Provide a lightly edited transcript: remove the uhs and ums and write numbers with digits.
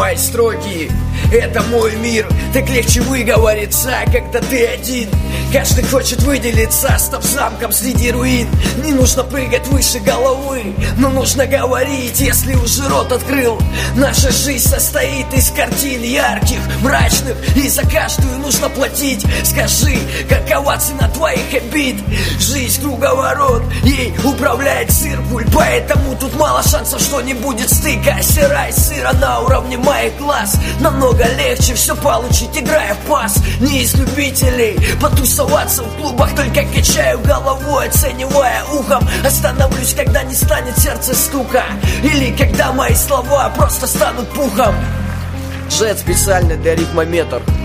мои строки. Это мой мир, так легче выговориться, когда ты один. Каждый хочет выделиться, став замком среди руин. Не нужно прыгать выше головы, но нужно говорить, если уже рот открыл. Наша жизнь состоит из картин ярких, мрачных, и за каждую нужно платить. Скажи, какова цена твоих обид? Жизнь круговорот, ей управляет циркуль, поэтому тут мало шансов, что не будет стыка. Сера и сыра на уровне моих глаз. Намного легче все получить, играя в пас. Не из любителей потусоваться в клубах, только качаю головой, оценивая ухом. Остановлюсь, когда не станет сердце стука, или когда мои слова просто станут пухом. Джет специально для рифмометр.